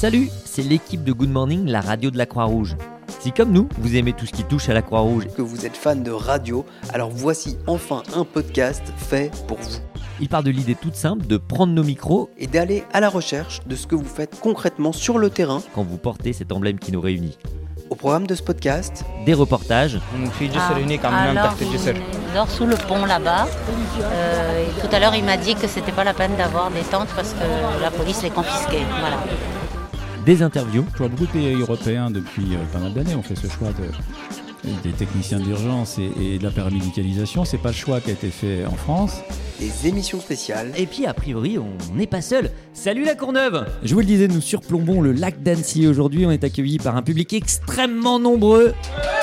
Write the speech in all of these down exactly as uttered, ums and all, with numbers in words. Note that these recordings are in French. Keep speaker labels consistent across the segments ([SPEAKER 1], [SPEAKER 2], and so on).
[SPEAKER 1] Salut, c'est l'équipe de Good Morning, la radio de la Croix-Rouge. Si comme nous, vous aimez tout ce qui touche à la Croix-Rouge,
[SPEAKER 2] que vous êtes fan de radio, alors voici enfin un podcast fait pour vous.
[SPEAKER 1] il part de l'idée toute simple de prendre nos micros
[SPEAKER 2] Et d'aller à la recherche de ce que vous faites concrètement sur le terrain.
[SPEAKER 1] quand vous portez cet emblème qui nous réunit.
[SPEAKER 2] Au programme de ce podcast,
[SPEAKER 1] Des reportages,
[SPEAKER 3] في جسر هناك عم ننام
[SPEAKER 4] alors,
[SPEAKER 3] تحت الجسر.
[SPEAKER 4] il dort sous le pont là-bas. Euh, et tout à l'heure, il m'a dit que c'était pas la peine d'avoir des tentes parce que la police les confisquait. Voilà.
[SPEAKER 1] des interviews,
[SPEAKER 5] Je vois beaucoup de pays européens depuis euh, pas mal d'années ont fait ce choix de, des techniciens d'urgence et, et de la paramédicalisation. C'est pas le choix qui a été fait en France.
[SPEAKER 2] des émissions spéciales,
[SPEAKER 1] et puis a priori on n'est pas seul. Salut la Courneuve!
[SPEAKER 6] Je vous le disais, nous surplombons le lac d'Annecy. Aujourd'hui, on est accueillis par un public extrêmement nombreux.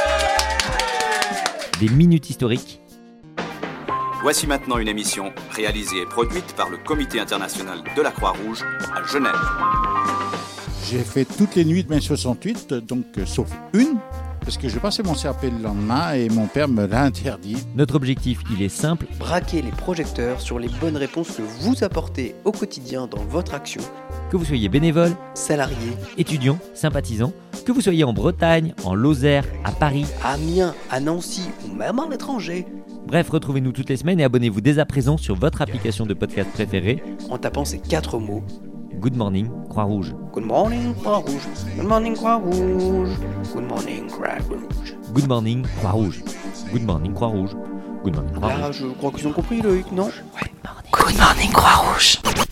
[SPEAKER 1] Des minutes historiques,
[SPEAKER 7] Voici maintenant une émission réalisée et produite par le Comité international de la Croix-Rouge à Genève.
[SPEAKER 8] J'ai fait toutes les nuits de mai soixante-huit, donc euh, sauf une, parce que je passais mon C A P le lendemain et mon père me l'a interdit.
[SPEAKER 1] notre objectif il est simple,
[SPEAKER 2] braquer les projecteurs sur les bonnes réponses que vous apportez au quotidien dans votre action,
[SPEAKER 1] que vous soyez bénévole,
[SPEAKER 2] salariés,
[SPEAKER 1] étudiant, sympathisant, que vous soyez en Bretagne, en Lozère, à Paris.
[SPEAKER 2] à Amiens, à Nancy ou même à l'étranger,
[SPEAKER 1] Bref, retrouvez-nous toutes les semaines et abonnez-vous dès à présent sur votre application de podcast préférée.
[SPEAKER 2] en tapant ces quatre mots.
[SPEAKER 1] Good Morning, Croix-Rouge.
[SPEAKER 2] Good morning, Croix-Rouge. Good morning, Croix-Rouge. Good morning, Croix-Rouge.
[SPEAKER 1] Good Morning, Croix-Rouge. Good Morning, Croix-Rouge. Good Morning, Croix-Rouge.
[SPEAKER 2] Là, je crois qu'ils ont compris, Loïc, non?
[SPEAKER 4] Good morning, Croix-Rouge.